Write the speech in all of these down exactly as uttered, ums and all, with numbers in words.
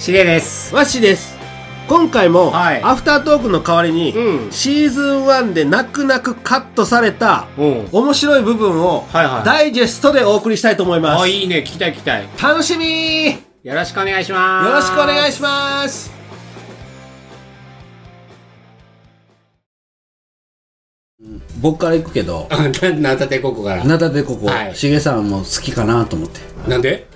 しげです。 わっしーです。今回も、 はい、 アフタートークの代わりに、うん、シーズンワンで泣く泣くカットされた、うん、面白い部分を、はいはい、ダイジェストでお送りしたいと思います。 あ、いいね。聞きたい聞きたい。 楽しみー。 よろしくお願いします。 よろしくお願いします。僕から行くけど、 ナタデココから。 ナタデココ、はい、しげさんも好きかなと思って。 なんで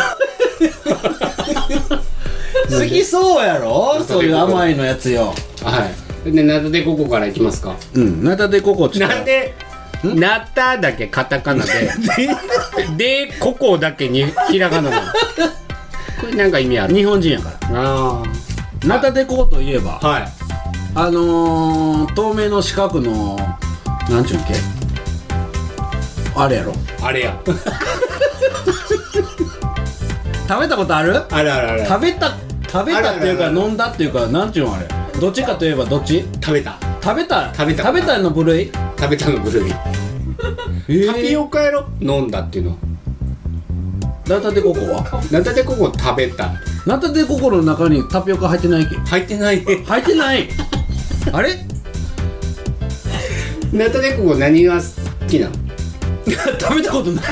好きそうやろ、そういう甘いのやつよ。 はい。で、ナタデココからいきますか。 うん、ナタデココちょっと。 なんでナタだけカタカナでで、ココだけにひらがななの。これなんか意味ある？ 日本人やから。ああ。ナタデココといえば、はい。あのー、透明の四角のなんちゅうんけ、あれやろ。 あれや。 食べたことある？ あるあるある。 食べた食べたっていうか飲んだっていうか、なんちゅうのあれ。どっちかといえばどっち？ 食べた。 食べた食べた食べたの部類？ 食べたの部類。えー、タピオカやろ？飲んだっていうの。 ナタデココは？ ナタデココ食べた。 ナタデココの中にタピオカ入ってないっけ？ 入ってない。 入ってない。あれ？ ナタデココ何が好きなの？ 食べたことない。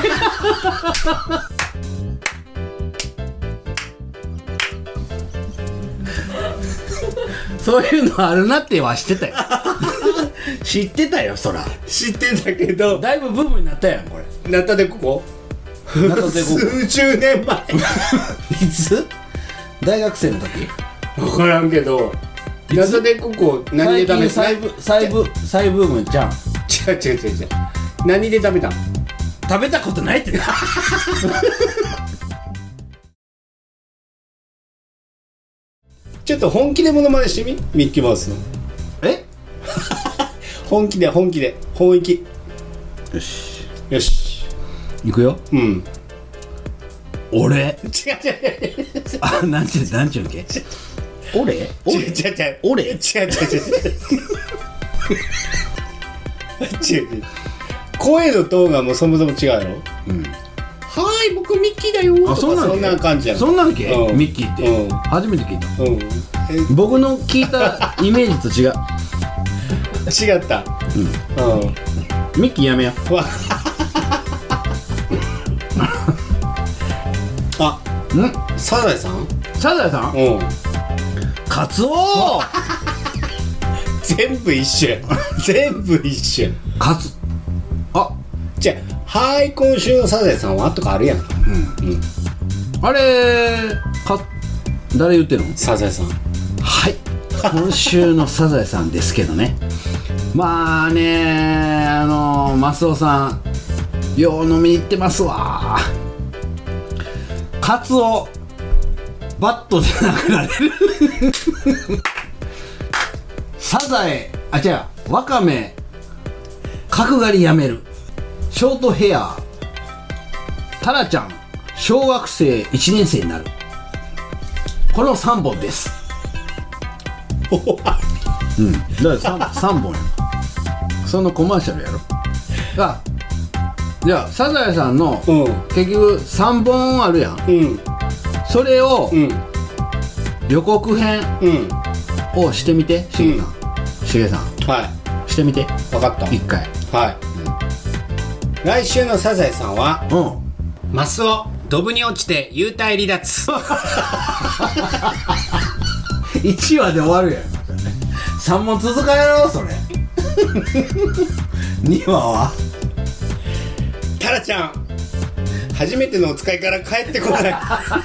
そういうのあるなっては知ってたよ。知ってたよ、そら。 知ってたけど、 だいぶブームになったやん、これ。 ナタデココ？ ナタデココ。 数十年前。 いつ？大学生の時？ 分からんけど、ナタデココ何で食べた？ 最近再ブ再ブームじゃん。 違う違う違う違う。何で食べたの？ 食べたことないって。 ちょっと本気でモノマネしてみ？ミッキーマウスの。 え？ 本気で本気で本気。 よしよし。 いくよ。 うん。 俺？違う違う違う。あ、なんちゅうなんちゅうけ？俺？ 違う違う違う。 俺？ 違う違う違う。違う違う。声のトーンがもうそもそも違うやろ。うん。はい、僕ミッキーだよー。あ、そんなん、そんな感じやろ。 そんなんけ、うん、ミッキーって、うん、初めて聞いた、うん、僕の聞いたイメージと違う。 違った、うんうん、 ミッキーやめよ。 あ、ん？サザエさん？ サザエさん？うん。カツオ。 全部一緒や。全部一緒や。 カツ。あ、 じゃあ。はい、今週のサザエさんはとかあるやん。うんうん、 あれか誰言ってるの？ サザエさん。 はい、今週のサザエさんですけどね。まあね、あのマスオさんよう飲みに行ってますわ。カツオバットで殴られる。サザエ、あ、違う、ワカメ角刈りやめる。ショートヘア、タラちゃん小学生いちねん生になる。このさんぼんです。うん、だから 3, さんぼんや。そのコマーシャルやろ。あ、じゃあサザエさんの、うん、結局さんぼんあるやん、うん、それを、うん、予告編をしてみて、しげさん、しげさん、はい、してみて。 分かった。 いっかい。 はい、来週のサザエさんは、うん、マスオドブに落ちて幽体離脱。 いちわで終わるやん。さんぼん続かやろそれ。にわはタラちゃん初めてのお使いから帰ってこない。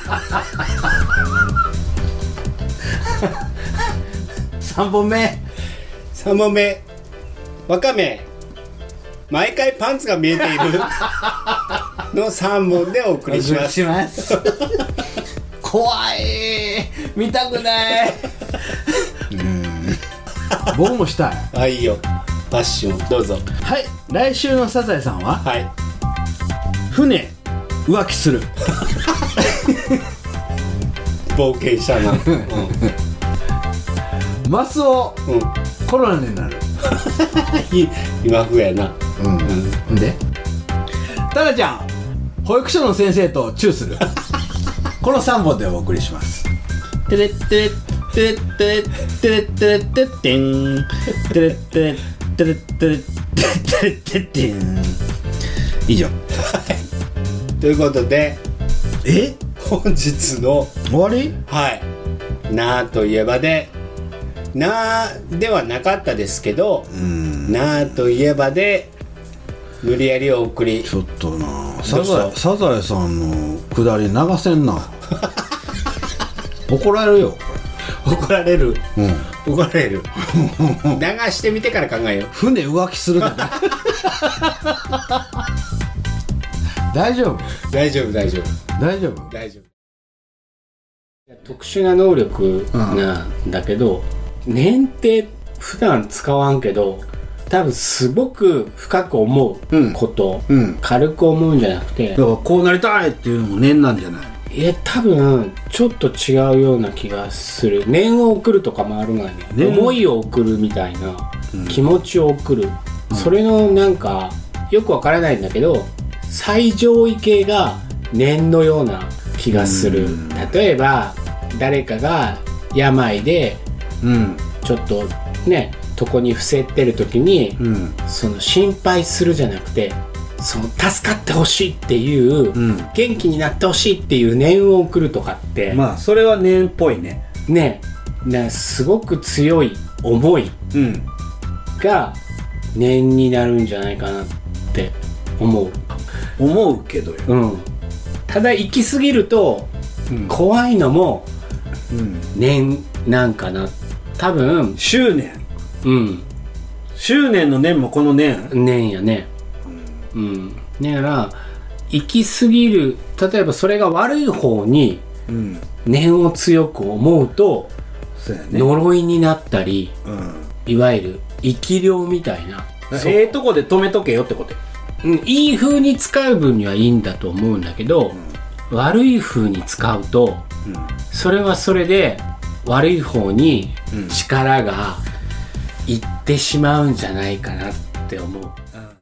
さんぼんめさんぼんめワカメ毎回パンツが見えているのさんぼんでお送りします。 します怖い、見たくない。うーん、僕もしたい。 あ、いいよ、ファッションどうぞ。 はい、来週のサザエさんは、 はい、 船浮気する。 冒険したな。 うん、マスオ、うん、コロナになる。 今風やな。 うんうん、でタラちゃん保育所の先生とチューする。このさんぼんでお送りします。 テレッテレッテレッテレッテレッテレッテレッテンテレッテレッテレッテレッテレッテレッテン以上ということでえ本日の終わりはいなーといえばでなーではなかったですけどなーといえばで無理やりお送りちょっとなサザエサザエさんのくだり流せんな怒られるよ怒られる、 うん、 怒られる流してみてから考えよう船浮気するだ大丈夫大丈夫大丈夫大丈夫大丈夫特殊な能力なんだけど、うん、念って普段使わんけど多分すごく深く思うこと、うんうん、軽く思うんじゃなくてだからこうなりたいっていうのも念なんじゃないいや多分ちょっと違うような気がする念を送るとかもあるがね思いを送るみたいな、うん、気持ちを送る、うん、それのなんかよくわからないんだけど最上位系が念のような気がする、うん、例えば誰かが病で、うん、ちょっとね床に伏せってる時に、うん、その心配するじゃなくてその助かってほしいっていう、うん、元気になってほしいっていう念を送るとかってまあそれは念っぽいねねねすごく強い思いが念になるんじゃないかなって思う思うけどよ、 うん、ただ行き過ぎると、うん、怖いのも、うん、念なんかな多分執念うん執念の念もこの念念やねうん、だから行き過ぎる例えばそれが悪い方に念を強く思うと、うんね、呪いになったり、うん、いわゆる生き量みたいなええとこで止めとけよってこと、 うん、いい風に使う分にはいいんだと思うんだけど、うん、悪い風に使うと、うん、それはそれで悪い方に力がいってしまうんじゃないかなって思う、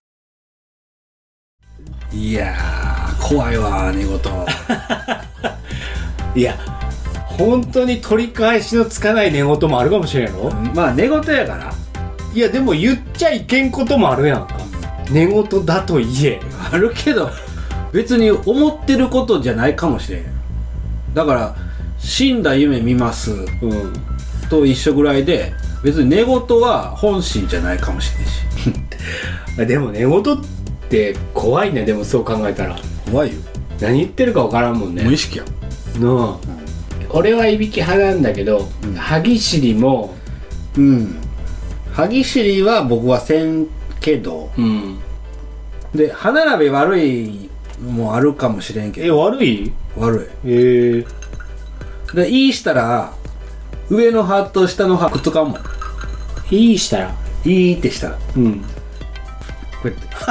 いやー怖いわ寝言いや本当に取り返しのつかない寝言もあるかもしれんの、 まあ寝言やからいやでも言っちゃいけんこともあるやんか寝言だと言えあるけど別に思ってることじゃないかもしれんだから死んだ夢見ます、うん、と一緒ぐらいで別に寝言は本心じゃないかもしれんしでも寝言って怖いねでもそう考えたら怖いよ何言ってるか分からんもんね無意識やの、うん、俺はいびき派なんだけど、うん、歯ぎしりもうん歯ぎしりは僕はせんけど、うん、で歯並び悪いもあるかもしれんけどえ悪い悪いへえでいいしたら上の歯と下の歯くっつかんもんいいしたらいいってしたらうんこうやって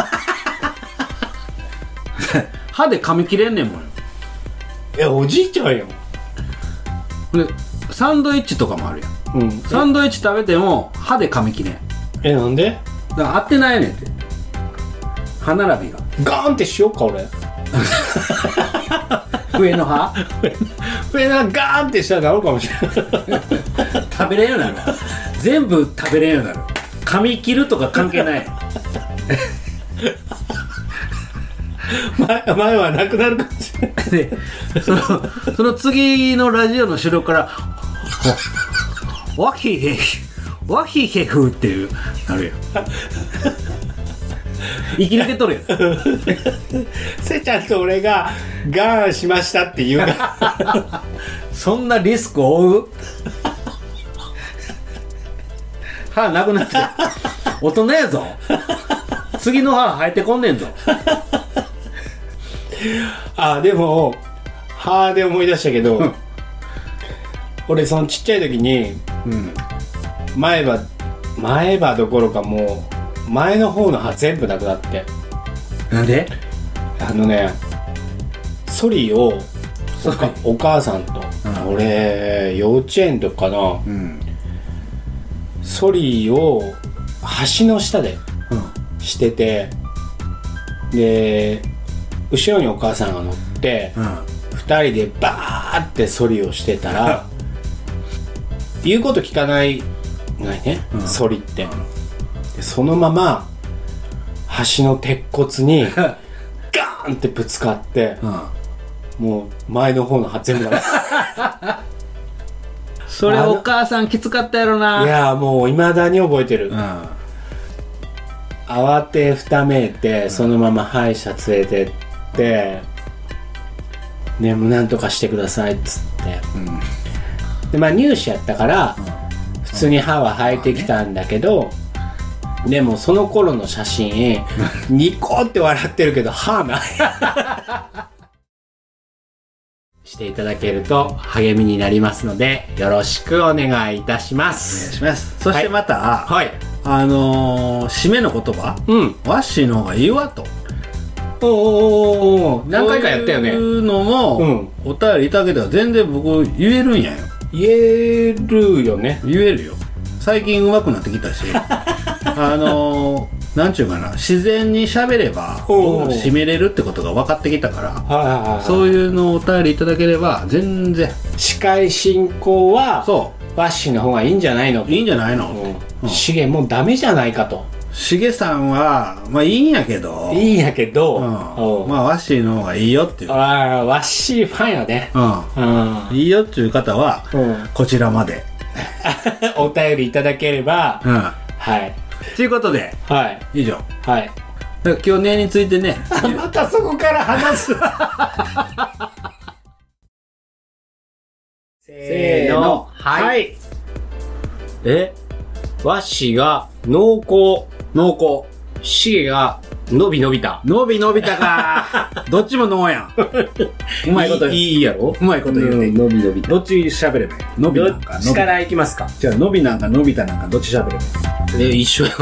歯で噛み切れんねんもんえおじいちゃんやんでサンドイッチとかもあるやん、うん、サンドイッチ食べても歯で噛み切れんえなんでだから合ってないねんって歯並びがガーンってしよっか俺上の歯上の歯ガーンってしたらなるかもしれない食べれんようになる全部食べれんようになる噛み切るとか関係ない前, 前はなくなるかもしれないでそのその次のラジオの収録からワヒヘワヒヘフっていうなるよ生き抜けとるよせちゃんと俺がガーンしましたって言うがそんなリスクを負う歯なくなって大人やぞ次の歯生えてこんねんぞあでも歯で思い出したけど、うん、俺そのちっちゃい時に、うん、前歯前歯どころかもう前の方の歯全部なくなってなんであのねソリをお, かお母さんと、うん、俺幼稚園とかかな、うん、ソリを橋の下でしてて、うん、で後ろにお母さんが乗って、うん、ふたりでバーってソリをしてたら言うこと聞かないないね、うん、ソリって、うん、でそのまま橋の鉄骨にガーンってぶつかって、うん、もう前の方の全部がそれお母さんきつかったやろな。 いやもう未だに覚えてる、うん、慌てふためいて、うん、そのまま歯医者連れてって、うん、でもうなんとかしてくださいっつって、うん、でまあ乳歯やったから、うん、普通に歯は生えてきたんだけど、うん、でもその頃の写真ニコって笑ってるけど歯ないしていただけると励みになりますのでよろしくお願いいたします。 お願いします。そしてまた、 はい、 あのー、締めの言葉、うん、ワッシーの方がいいわと。 おーおーおー、何回かやったよね。 そういうのも、うん、お便りいただけたら全然僕言えるんやよ。 言えるよね。 言えるよ。最近上手くなってきたしあのーなんちゅうかな、自然に喋れば締めれるってことが分かってきたから、そういうのをお便りいただければ全然。 司会進行はそうワッシーの方がいいんじゃないの。 いいんじゃないの、 うん、シゲもうダメじゃないかと。 シゲさんはまあいいんやけどいいんやけど、うん、 まあワッシーの方がいいよっていう。 ああワッシーファンよね、 うんうん、いいよっていう方は、うん、こちらまでお便りいただければ、うん、はいということで、 はい、 以上。 はい。 今日ねについてね。 またそこから話す。せーの、はい。はい、え、ワッシーが濃厚、 濃厚。 シゲが伸び伸びた。 伸び伸びたか。どっちもノーやん。うまいこと言う。 いいやろ。 うまいこと言うね。 伸び伸びた。 どっち喋ればいい？伸びなんか。 どっちからいきますか？ じゃあ伸びなんか伸びたなんかどっち喋ればいい？ え、一緒やん。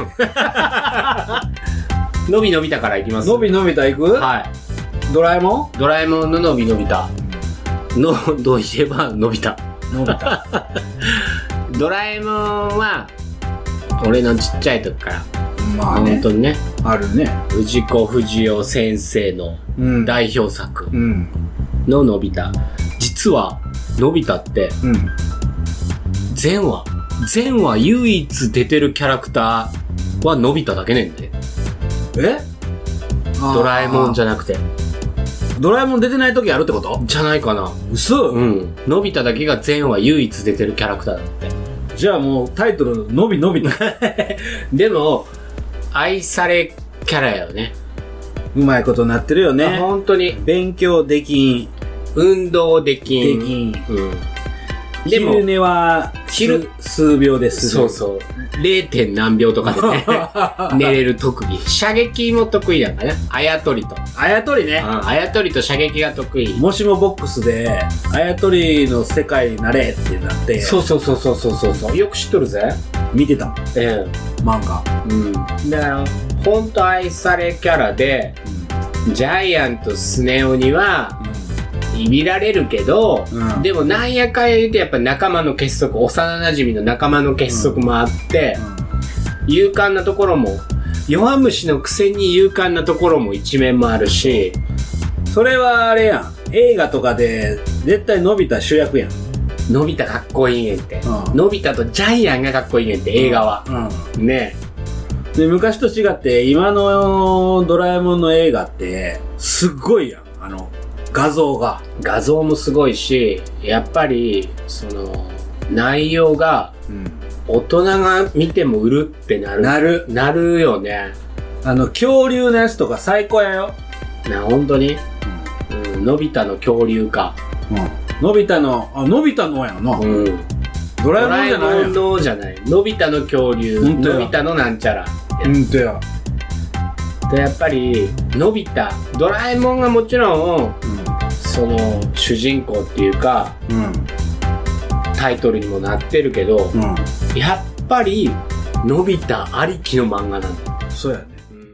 伸び伸びたからいきます。 伸び伸びたいく？ はい。 ドラえもん？ ドラえもんの伸び伸びた。の、どう言えば伸びた。 伸びた。 ドラえもんは、俺のちっちゃい時から。 まあね、 本当にね。 あるね。 藤子不二雄先生の代表作ののび太。実は、のび太って、うん、前話、前話唯一出てるキャラクターはのび太だけねんで。 え？ ドラえもんじゃなくて。 ドラえもん出てない時あるってこと？ じゃないかな。 嘘？ うん。のび太だけが前話唯一出てるキャラクターだって。 じゃあもうタイトル、のびのび太。 でも、愛されキャラやよね。 うまいことになってるよね。 本当に。 勉強できん。 運動できん。 できん。うん。 でも、 昼寝は数、数秒でする。 そうそう。れいてん何秒とかでね、寝れる特技。射撃も得意やんかね。あやとりと。 あやとりね。 あやとりと射撃が得意。 もしもボックスで、あやとりの世界になれってなって。 そうそうそうそうそうそう。よく知っとるぜ。 見てたもん。 ええ。 漫画。 うん。だから、ほんと愛されキャラで、うん、ジャイアントスネ夫には、うん、いびられるけど、うん、でもなんやかんや言うてやっぱ仲間の結束、幼馴染の仲間の結束もあって、うん、勇敢なところも、弱虫のくせに勇敢なところも一面もあるし、 それはあれやん。映画とかで絶対のび太主役やん。 のび太かっこいいねんって、うん、のび太とジャイアンがかっこいいねんって映画は、うんうん、ねえで昔と違って今のドラえもんの映画ってすっごいやん。あの画像が画像もすごいし、やっぱりその内容が大人が見ても売るってなるなるなるよね。 あの恐竜のやつとか最高やよな。本当に、うんうん、のび太の恐竜か、 うんのび太の、あ、のび太のやんな。うん。ドラえもんじゃないやん。ドラえもんのじゃない。のび太の恐竜。のび太のなんちゃら。 うんとや。 で、やっぱり、のび太。ドラえもんがもちろん、うん、その、主人公っていうか、うん、タイトルにもなってるけど、うん、やっぱり、のび太ありきの漫画なんだ。 そうやね。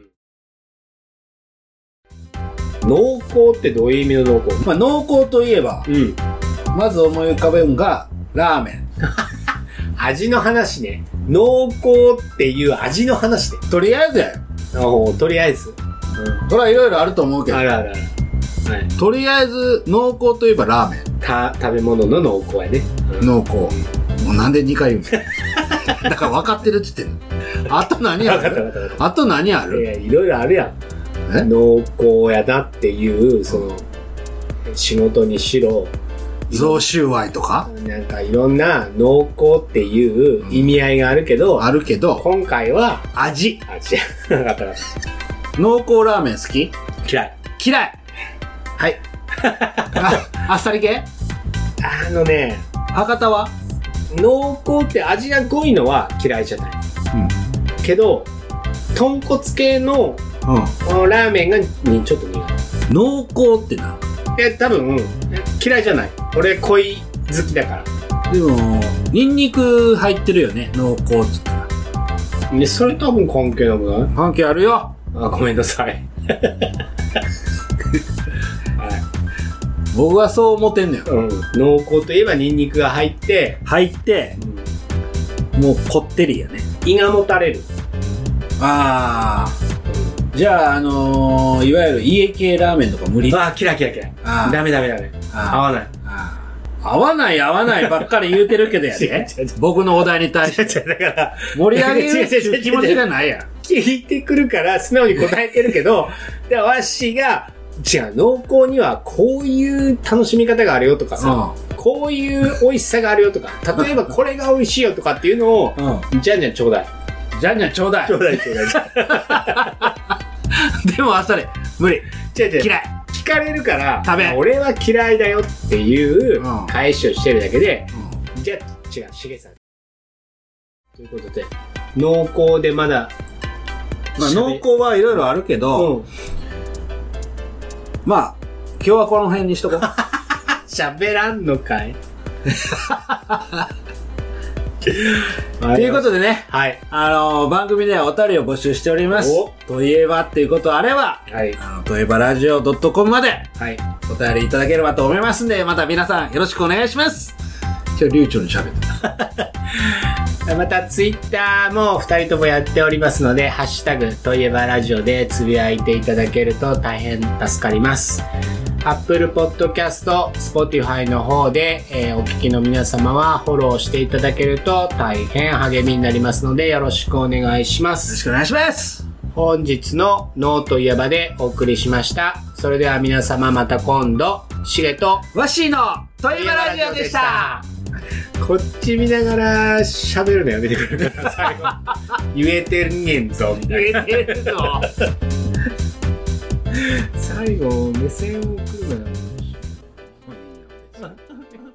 濃厚ってどういう意味の濃厚？ まあ濃厚といえば、うん、まず思い浮かべるのがラーメン。 味の話ね。濃厚っていう味の話で。 とりあえずやよ。 おとりあえず。 うん。それはいろいろあると思うけど。 あるあるある。 はい。とりあえず濃厚といえばラーメン。 た食べ物の濃厚やね。 うん、濃厚。うもうなんでにかい言うんだから分かってるって言ってんの。あと何あ分かった分るかった分かっあと何あた。いるや、いろいろあるやん。 え濃厚やなっていう、その、仕事にしろ、 贈収賄とかなんかいろんな濃厚っていう意味合いがあるけど、 あるけど、 今回は、 味。 あ、違う。分かった分かっ濃厚ラーメン好き？ た。嫌い。 嫌い。はいああっさり系？ あのね、 博多は？ 濃厚って味が濃いのは嫌いじゃない。 うんけど、豚骨系のこのラーメンがにちょっと苦手。 濃厚ってな。 え、多分、嫌いじゃない。俺、濃い好きだかでもニンニク入ってるよね、濃厚って言ったら。ね、それ多分関係なくない？ ら。関係あるよ。 あ、ごめんなさい。 僕はそう思ってんのよ。 うん。濃厚といえばニンニクが入って、 入ってもうこってりやね。 胃がもたれる。 ああ。じゃあ、あのー、いわゆる家系ラーメンとか無理。 あ、嫌い嫌い嫌い。 あーダメダメダメ。 あー合わない。 あー合わない合わないばっかり言うてるけどや違うね違う違う。 僕のお題に対して。 だから、 盛り上げるって違う違う違う違いう気持ちがないやん。 聞いてくるから素直に答えてるけど、でわしが、違う、濃厚にはこういう楽しみ方があるよとかさ、こういう美味しさがあるよとか、例えばこれが美味しいよとかっていうのを、 うん。 じゃんじゃんちょうだい。 じゃんじゃんちょうだい。 ちょうだいちょうだい。 でもあっさり。無理。 違う違う。 嫌い。 聞かれるから、 食べん俺は嫌いだよっていううん返しをしてるだけで、じゃあ違う、しげさん。ということで、濃厚でまだ、 まあ、濃厚はいろいろあるけど、 うん。 まあ、今日はこの辺にしとこう。 喋らんのかいということでね、 はい。 あのー、番組ではお便りを募集しておりますお。 といえばっていうことあれば、 はい。 あの、といえばラジオ .com まではい。 お便りいただければと思いますんで、また皆さんよろしくお願いします。今日流暢に喋った。 またツイッターもふたりともやっておりますので、ハッシュタグといえばラジオでつぶやいていただけると大変助かります。Apple Podcast、Spotify の方で、えーお聞きの皆様はフォローしていただけると大変励みになりますのでよろしくお願いしまよろす。 しくお願いします。 本日のノーといえばでお送りしました。それでは皆様また今度、しげとわっしーのといえばラジオでした。 こっち見ながら喋るのやめてくれるから最後言えてんねんぞみたいな言えてるの最後目線を送るのよ